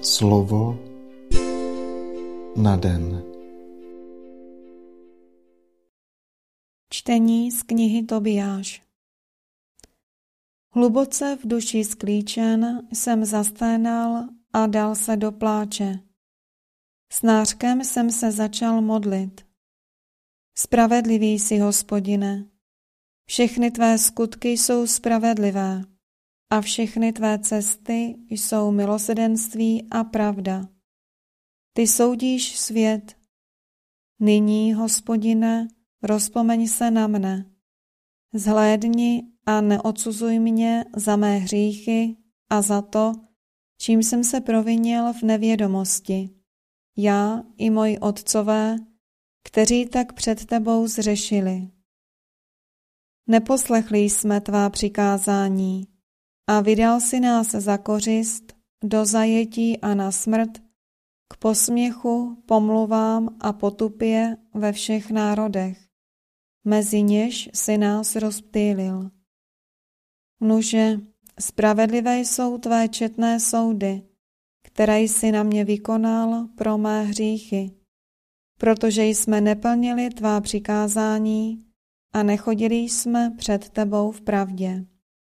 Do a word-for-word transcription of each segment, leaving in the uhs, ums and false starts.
Slovo na den. Čtení z knihy Tobiáš. Hluboce v duši sklíčen jsem zasténal a dal se do pláče. S nářkem jsem se začal modlit. Spravedlivý jsi, Hospodine. Všechny tvé skutky jsou spravedlivé a všechny tvé cesty jsou milosrdenství a pravda. Ty soudíš svět. Nyní, Hospodine, rozpomeň se na mne. Zhlédni a neodsuzuj mě za mé hříchy a za to, čím jsem se provinil v nevědomosti. Já i moji otcové, kteří tak před tebou zřešili. Neposlechli jsme tvá přikázání a vydal si nás za kořist do zajetí a na smrt, k posměchu, pomluvám a potupě ve všech národech, mezi něž si nás rozptýlil. Nuže, spravedlivé jsou tvé četné soudy, které jsi na mě vykonal pro mé hříchy, protože jsme neplnili tvá přikázání a nechodili jsme před tebou v pravdě.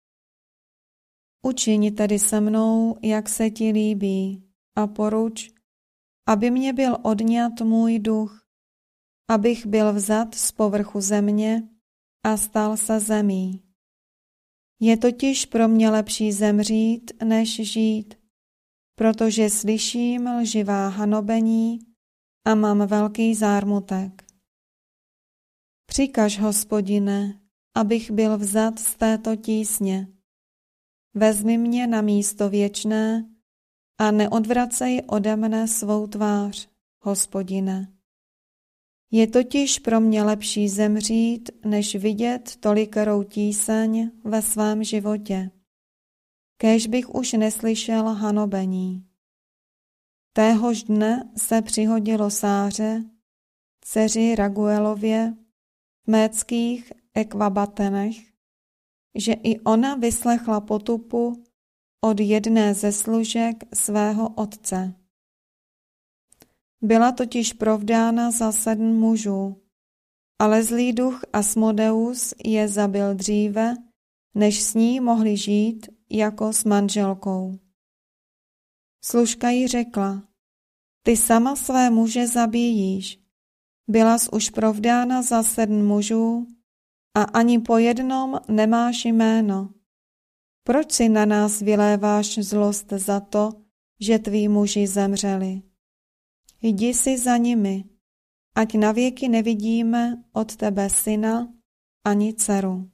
Učiň tedy se mnou, jak se ti líbí, a poruč, aby mě byl odňat můj duch, abych byl vzat z povrchu země a stal se zemí. Je totiž pro mě lepší zemřít, než žít, protože slyším lživá hanobení a mám velký zármutek. Přikaž, Hospodine, abych byl vzat z této tísně. Vezmi mě na místo věčné a neodvracej ode mne svou tvář, Hospodine. Je totiž pro mě lepší zemřít, než vidět tolikerou tíseň ve svém životě. Kéž bych už neslyšel hanobení. Téhož dne se přihodilo Sáře, dceři Raguelově, v méckých Ekvabatenech, že i ona vyslechla potupu od jedné ze služek svého otce. Byla totiž provdána za sedm mužů, ale zlý duch Asmodeus je zabil dříve, než s ní mohli žít jako s manželkou. Služka jí řekla, ty sama své muže zabíjíš, bylas už provdána za sedm mužů a ani po jednom nemáš jméno. Proč si na nás vyléváš zlost za to, že tví muži zemřeli? Jdi si za nimi, ať navěky nevidíme od tebe syna ani dceru.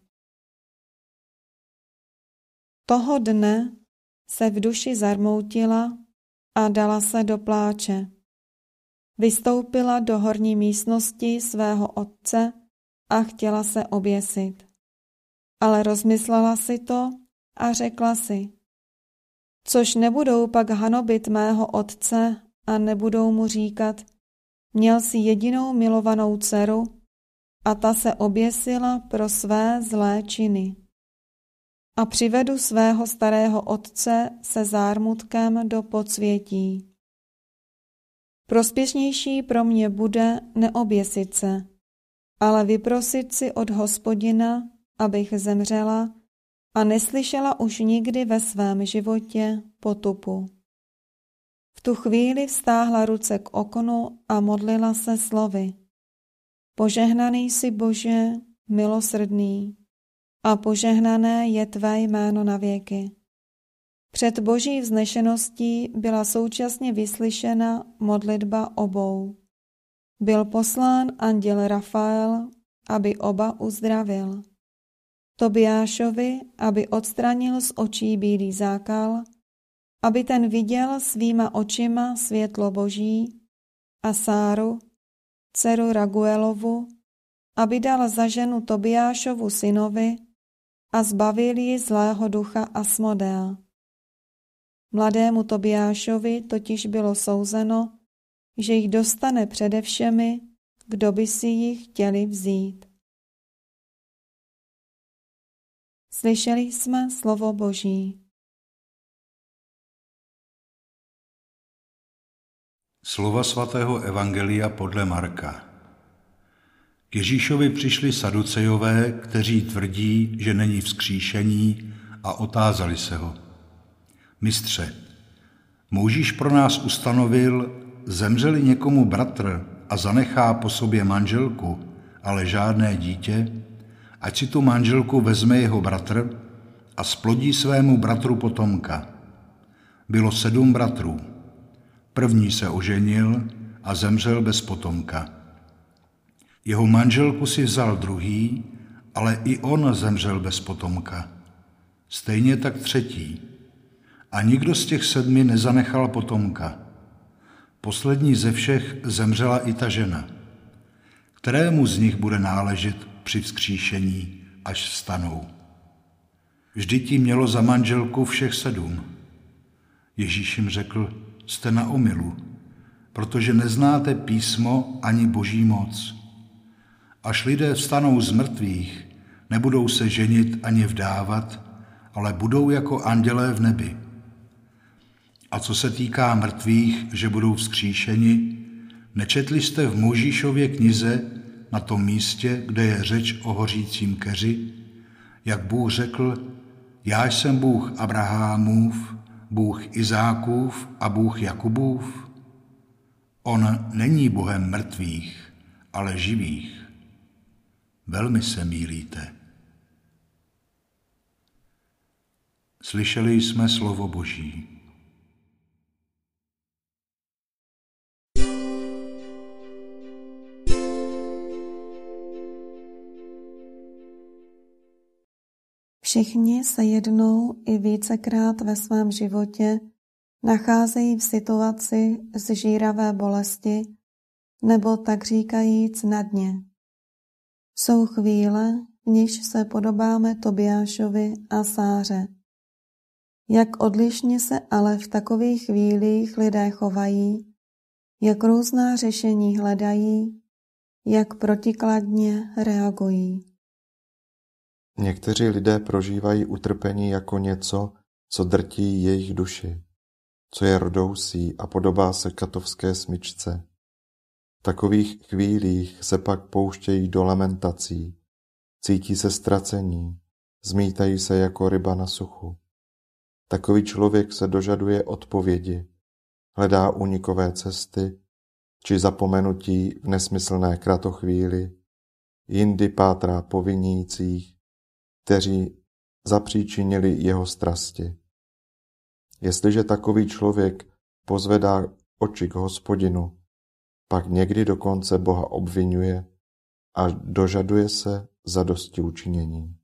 Toho dne se v duši zarmoutila a dala se do pláče. Vystoupila do horní místnosti svého otce a chtěla se oběsit. Ale rozmyslela si to a řekla si, což nebudou pak hanobit mého otce a nebudou mu říkat, měl si jedinou milovanou dceru a ta se oběsila pro své zlé činy. A přivedu svého starého otce se zármutkem do podsvětí. Prospěšnější pro mě bude neoběsit se, ale vyprosit si od Hospodina, abych zemřela a neslyšela už nikdy ve svém životě potupu. V tu chvíli vztáhla ruce k oknu a modlila se slovy. Požehnaný jsi, Bože, milosrdný, a požehnané je tvé jméno na věky. Před Boží vznešeností byla současně vyslyšena modlitba obou. Byl poslán anděl Rafael, aby oba uzdravil. Tobiášovi, aby odstranil z očí bílý zákal, aby ten viděl svýma očima světlo Boží, a Sáru, dceru Raguelovu, aby dal za ženu Tobiášovu synovi a zbavil ji zlého ducha Asmodea. Mladému Tobiášovi totiž bylo souzeno, že jich dostane přede všemi, kdo by si ji chtěli vzít. Slyšeli jsme slovo Boží. Slova svatého evangelia podle Marka. K Ježíšovi přišli saducejové, kteří tvrdí, že není vzkříšení, a otázali se ho. Mistře, Mojžíš pro nás ustanovil, zemřeli někomu bratr a zanechá po sobě manželku, ale žádné dítě, ať si tu manželku vezme jeho bratr a splodí svému bratru potomka. Bylo sedm bratrů. První se oženil a zemřel bez potomka. Jeho manželku si vzal druhý, ale i on zemřel bez potomka. Stejně tak třetí. A nikdo z těch sedmi nezanechal potomka. Poslední ze všech zemřela i ta žena. Kterému z nich bude náležet při vzkříšení, až vstanou? Vždyť jí mělo za manželku všech sedm. Ježíš jim řekl, jste na omylu, protože neznáte písmo ani boží moc. Až lidé vstanou z mrtvých, nebudou se ženit ani vdávat, ale budou jako andělé v nebi. A co se týká mrtvých, že budou vzkříšeni, nečetli jste v Mojžíšově knize na tom místě, kde je řeč o hořícím keři, jak Bůh řekl, já jsem Bůh Abrahamův, Bůh Izákův a Bůh Jakubův? On není Bohem mrtvých, ale živých. Velmi se mýlíte. Slyšeli jsme slovo Boží. Všichni se jednou i vícekrát ve svém životě nacházejí v situaci zžíravé bolesti nebo tak říkajíc na dně. Jsou chvíle, v níž se podobáme Tobiášovi a Sáře. Jak odlišně se ale v takových chvílích lidé chovají, jak různá řešení hledají, jak protikladně reagují. Někteří lidé prožívají utrpení jako něco, co drtí jejich duši, co je rdousí a podobá se katovské smyčce. V takových chvílích se pak pouštějí do lamentací, cítí se ztracení, zmítají se jako ryba na suchu. Takový člověk se dožaduje odpovědi, hledá únikové cesty či zapomenutí v nesmyslné kratochvíli, jindy pátrá po vinících, kteří zapříčinili jeho strasti. Jestliže takový člověk pozvedá oči k Hospodinu, pak někdy dokonce Boha obvinuje a dožaduje se zadostiučinění.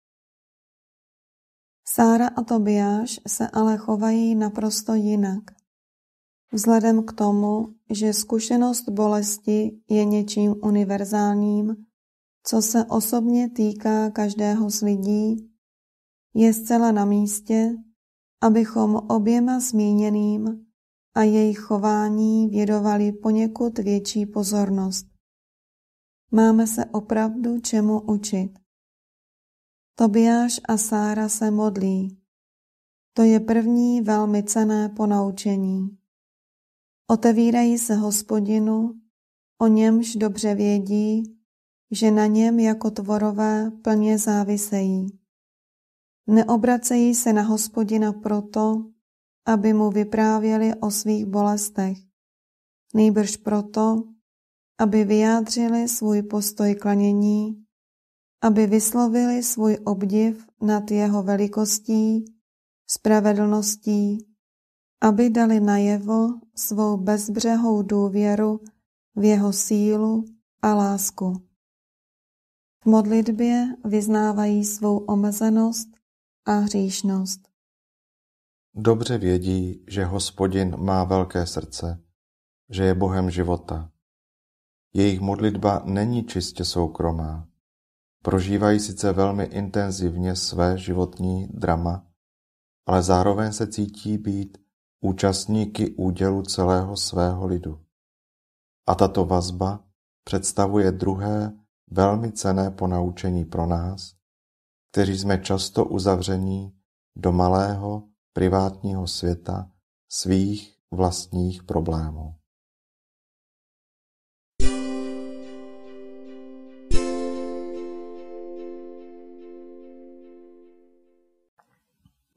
Sára a Tobiáš se ale chovají naprosto jinak. Vzhledem k tomu, že zkušenost bolesti je něčím univerzálním, co se osobně týká každého z lidí, je zcela na místě, abychom oběma zmíněným a jejich chování věnovali poněkud větší pozornost. Máme se opravdu čemu učit. Tobiáš a Sára se modlí. To je první velmi cenné ponaučení. Otevírají se Hospodinu, o němž dobře vědí, že na něm jako tvorové plně závisejí. Neobracejí se na Hospodina proto, aby mu vyprávěli o svých bolestech, nýbrž proto, aby vyjádřili svůj postoj klanění, aby vyslovili svůj obdiv nad jeho velikostí, spravedlností, aby dali najevo svou bezbřehou důvěru v jeho sílu a lásku. V modlitbě vyznávají svou omezenost a hříšnost. Dobře vědí, že Hospodin má velké srdce, že je Bohem života. Jejich modlitba není čistě soukromá. Prožívají sice velmi intenzivně své životní drama, ale zároveň se cítí být účastníky údělu celého svého lidu. A tato vazba představuje druhé velmi cenné ponaučení pro nás, kteří jsme často uzavření do malého privátního světa svých vlastních problémů.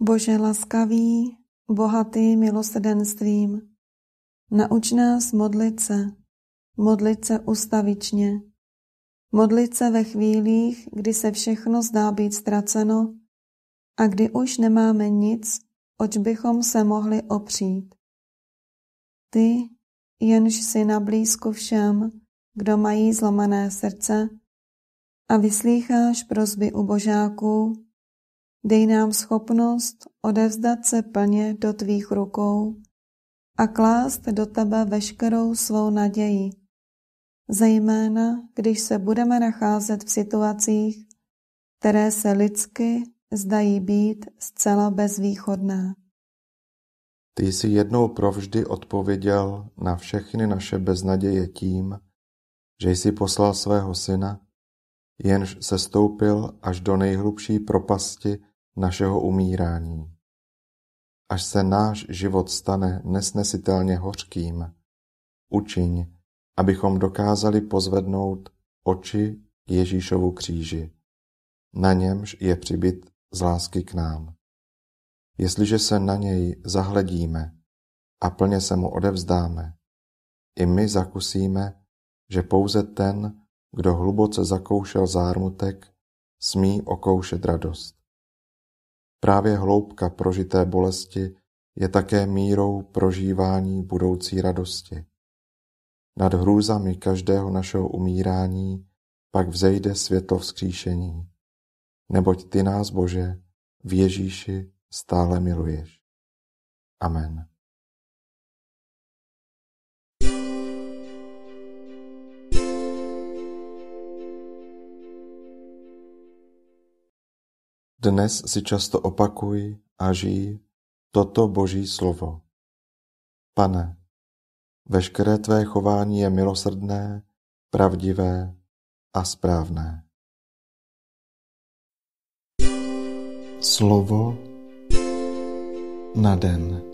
Bože laskavý, bohatý milosrdenstvím, nauč nás modlit se, modlit se ustavičně, modlit se ve chvílích, kdy se všechno zdá být ztraceno a kdy už nemáme nic, oč bychom se mohli opřít. Ty, jenž jsi na blízku všem, kdo mají zlomené srdce, a vyslýcháš prosby ubožáků, dej nám schopnost odevzdat se plně do tvých rukou a klást do tebe veškerou svou naději, zejména když se budeme nacházet v situacích, které se lidsky zdají být zcela bezvýchodné. Ty jsi jednou provždy odpověděl na všechny naše beznaděje tím, že jsi poslal svého syna, jenž se stoupil až do nejhlubší propasti našeho umírání. Až se náš život stane nesnesitelně hořkým, učiň, abychom dokázali pozvednout oči k Ježíšovu kříži, na němž je přibyt z lásky k nám. Jestliže se na něj zahledíme a plně se mu odevzdáme, i my zakusíme, že pouze ten, kdo hluboce zakoušel zármutek, smí okoušet radost. Právě hloubka prožité bolesti je také mírou prožívání budoucí radosti. Nad hrůzami každého našeho umírání pak vzejde světlo vzkříšení, neboť ty nás, Bože, v Ježíši stále miluješ. Amen. Dnes si často opakuj a žij toto Boží slovo. Pane, veškeré tvé chování je milosrdné, pravdivé a správné. Slovo na den.